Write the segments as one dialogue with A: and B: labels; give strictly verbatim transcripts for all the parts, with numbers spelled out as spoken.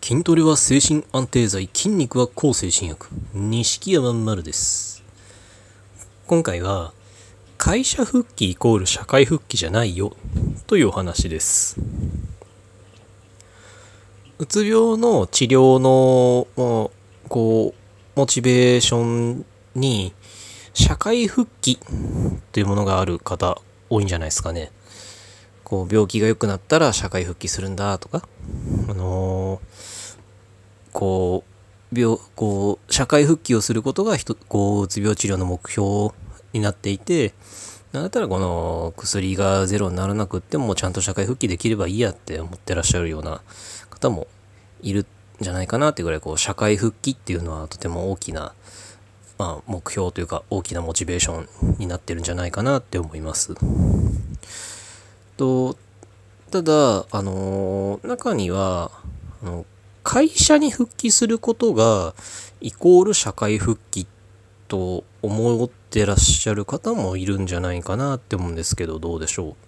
A: 筋トレは精神安定剤、筋肉は抗精神薬。錦山丸です。今回は会社復帰イコール社会復帰じゃないよというお話です。うつ病の治療のこうモチベーションに社会復帰というものがある方多いんじゃないですかね。こう病気が良くなったら社会復帰するんだとか、あのーこう病こう社会復帰をすることが人こううつ病治療の目標になっていて、なんだったらこの薬がゼロにならなくってもちゃんと社会復帰できればいいやって思ってらっしゃるような方もいるんじゃないかなっていうぐらい、こう社会復帰っていうのはとても大きな、まあ、目標というか大きなモチベーションになってるんじゃないかなって思います。とただあの中にはあの会社に復帰することがイコール社会復帰と思ってらっしゃる方もいるんじゃないかなって思うんですけど、どうでしょう。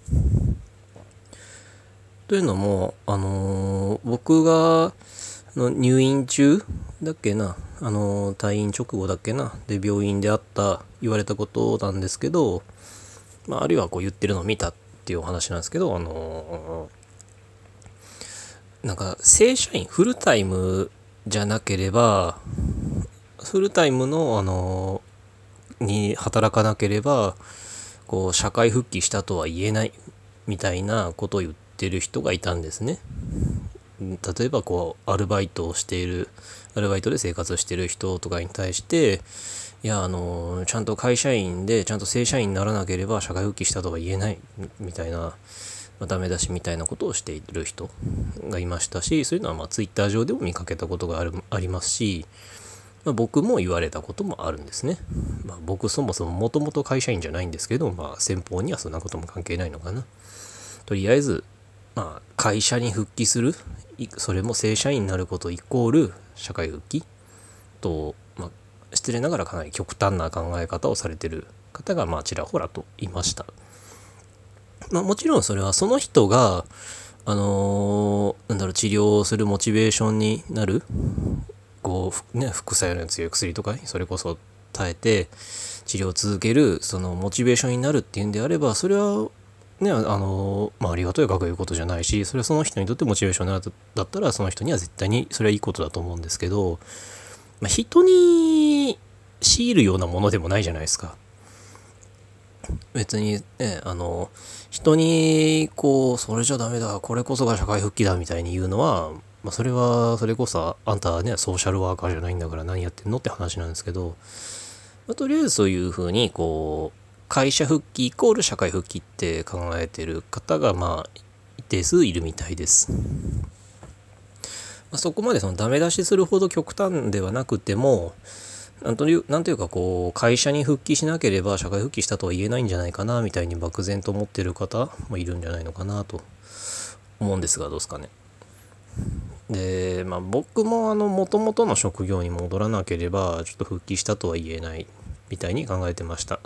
A: というのも、あのー、僕がの入院中だっけな、あのー、退院直後だっけなで病院であった言われたことなんですけど、まあ、あるいはこう言ってるのを見たっていうお話なんですけど、あのーなんか正社員フルタイムじゃなければフルタイムのあのに働かなければこう社会復帰したとは言えないみたいなことを言ってる人がいたんですね。例えばこうアルバイトをしているアルバイトで生活している人とかに対して、いやあのちゃんと会社員でちゃんと正社員にならなければ社会復帰したとは言えないみたいなダメ出しみたいなことをしている人がいましたし、そういうのはまあツイッター上でも見かけたことがあるありますし、まあ、僕も言われたこともあるんですね。まあ、僕そもそももともと会社員じゃないんですけど、まあ、先方にはそんなことも関係ないのかな。とりあえず、まあ、会社に復帰する、それも正社員になることイコール社会復帰と、まあ、失礼ながらかなり極端な考え方をされている方がまあちらほらといました。まあ、もちろんそれはその人があのー、なんだろう治療をするモチベーションになるこう、ね、副作用の強い薬とかそれこそ耐えて治療を続けるそのモチベーションになるっていうんであれば、それはねあのー、まあありがとうがいうことじゃないし、それはその人にとってモチベーションになるだったらその人には絶対にそれはいいことだと思うんですけど、まあ、人に強いるようなものでもないじゃないですか。別にね、あの人にこうそれじゃダメだこれこそが社会復帰だみたいに言うのは、まあ、それはそれこそあんたはねソーシャルワーカーじゃないんだから何やってんのって話なんですけど、まあ、とりあえずそういうふうにこう会社復帰イコール社会復帰って考えてる方がまあ一定数いるみたいです。まあ、そこまでそのダメ出しするほど極端ではなくても、なんという、なんというかこう会社に復帰しなければ社会復帰したとは言えないんじゃないかなみたいに漠然と思ってる方もいるんじゃないのかなと思うんですが、どうですかね。で、まあ僕もあの元々の職業に戻らなければちょっと復帰したとは言えないみたいに考えてました。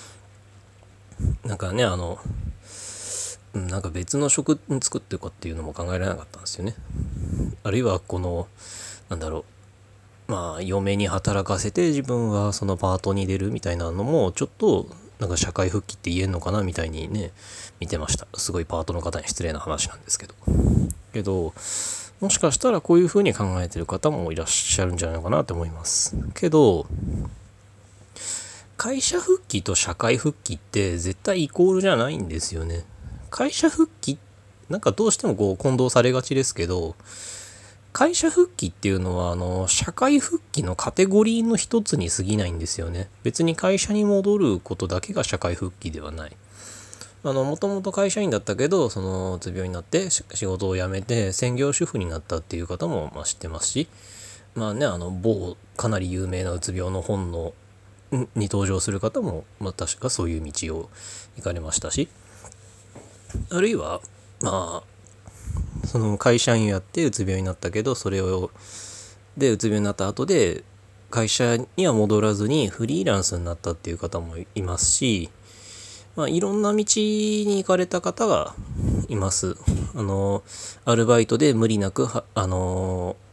A: なんかねあのなんか別の職に就くっていうかっていうのも考えられなかったんですよね。あるいはこのなんだろうまあ嫁に働かせて自分はそのパートに出るみたいなのもちょっとなんか社会復帰って言えんのかなみたいにね見てました。すごいパートの方に失礼な話なんですけどけどもしかしたらこういう風に考えてる方もいらっしゃるんじゃないのかなと思いますけど、会社復帰と社会復帰って絶対イコールじゃないんですよね。会社復帰なんかどうしてもこう混同されがちですけど、会社復帰っていうのはあの社会復帰のカテゴリーの一つに過ぎないんですよね。別に会社に戻ることだけが社会復帰ではない。あのもともと会社員だったけどそのうつ病になって仕事を辞めて専業主婦になったっていう方もまあ知ってますし、まあねあの某かなり有名なうつ病の本のに登場する方も、まあ、確かそういう道を行かれましたし、あるいはまあその会社員やってうつ病になったけどそれをでうつ病になった後で会社には戻らずにフリーランスになったっていう方もいますし、まあ、いろんな道に行かれた方がいます。あのアルバイトで無理なくあの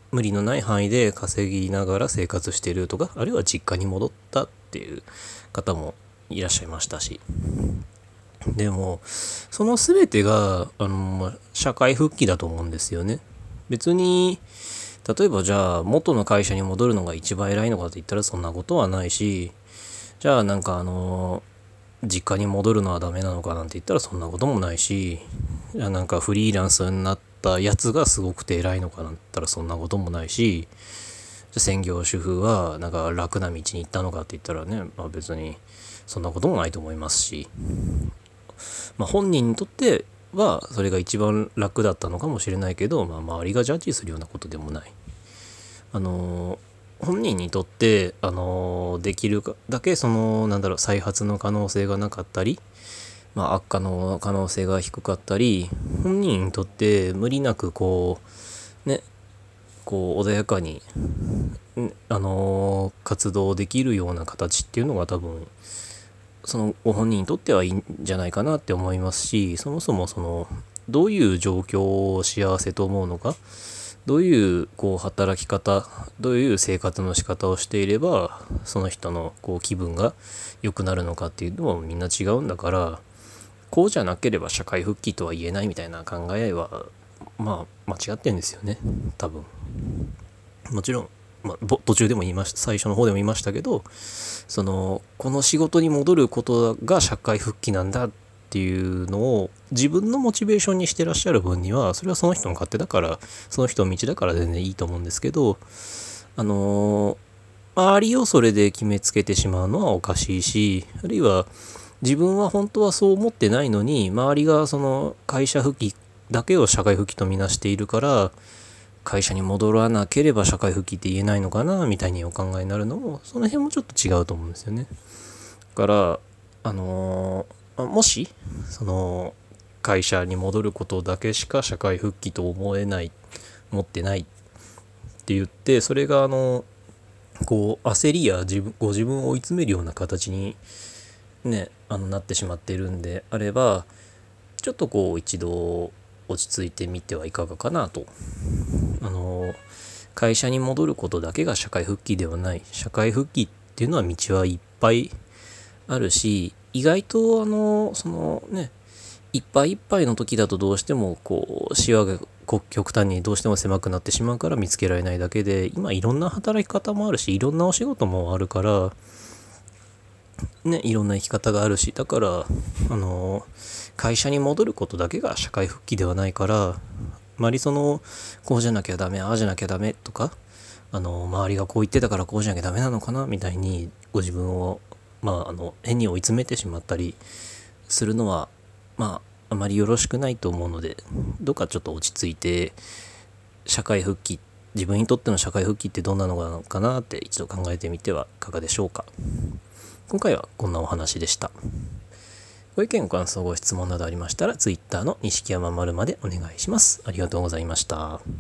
A: 無理のない範囲で稼ぎながら生活しているとか、あるいは実家に戻ったっていう方もいらっしゃいましたし、でもその全てがあの社会復帰だと思うんですよね。別に例えばじゃあ元の会社に戻るのが一番偉いのかと言ったらそんなことはないし、じゃあなんかあの実家に戻るのはダメなのかなんて言ったらそんなこともないし、じゃあなんかフリーランスになったやつがすごくて偉いのかなんて言ったらそんなこともないし、じゃあ専業主婦はなんか楽な道に行ったのかって言ったらね、まあ別にそんなこともないと思いますし、まあ本人にとってはそれが一番楽だったのかもしれないけど、まあ周りがジャッジするようなことでもない。あの本人にとってあのできるだけそのなんだろう再発の可能性がなかったり、まあ、悪化の可能性が低かったり、本人にとって無理なくこうねこう穏やかにあの活動できるような形っていうのが多分そのご本人にとってはいいんじゃないかなって思いますし、そもそもそのどういう状況を幸せと思うのか、どういうこう働き方、どういう生活の仕方をしていればその人のこう気分が良くなるのかっていうのもみんな違うんだから、こうじゃなければ社会復帰とは言えないみたいな考えはまあ間違ってんですよね、多分。もちろん、まあ、途中でも言いました、最初の方でも言いましたけど、そのこの仕事に戻ることが社会復帰なんだっていうのを自分のモチベーションにしてらっしゃる分にはそれはその人の勝手だから、その人の道だから全然いいと思うんですけど、あのー、周りをそれで決めつけてしまうのはおかしいし、あるいは自分は本当はそう思ってないのに周りがその会社復帰だけを社会復帰とみなしているから会社に戻らなければ社会復帰って言えないのかなみたいにお考えになるのも、その辺もちょっと違うと思うんですよね。だからあのー、もしその会社に戻ることだけしか社会復帰と思えない、持ってないって言って、それがあのこう焦りや自分ご自分を追い詰めるような形にねあのなってしまっているんであれば、ちょっとこう一度落ち着いてみてはいかがかなと。あの会社に戻ることだけが社会復帰ではない。社会復帰っていうのは道はいっぱいあるし、意外とあのそのねいっぱいいっぱいの時だとどうしてもこう視野が極端にどうしても狭くなってしまうから見つけられないだけで、今いろんな働き方もあるしいろんなお仕事もあるからね、いろんな生き方があるし、だからあの会社に戻ることだけが社会復帰ではないから、あまりそのこうじゃなきゃダメ、ああじゃなきゃダメとか、あの周りがこう言ってたからこうじゃなきゃダメなのかなみたいにご自分をまああの変に追い詰めてしまったりするのはまああまりよろしくないと思うので、どうかちょっと落ち着いて社会復帰、自分にとっての社会復帰ってどんなのかなって一度考えてみてはいかがでしょうか。今回はこんなお話でした。ご意見ご感想ご質問などありましたら Twitter の錦山丸までお願いします。ありがとうございました。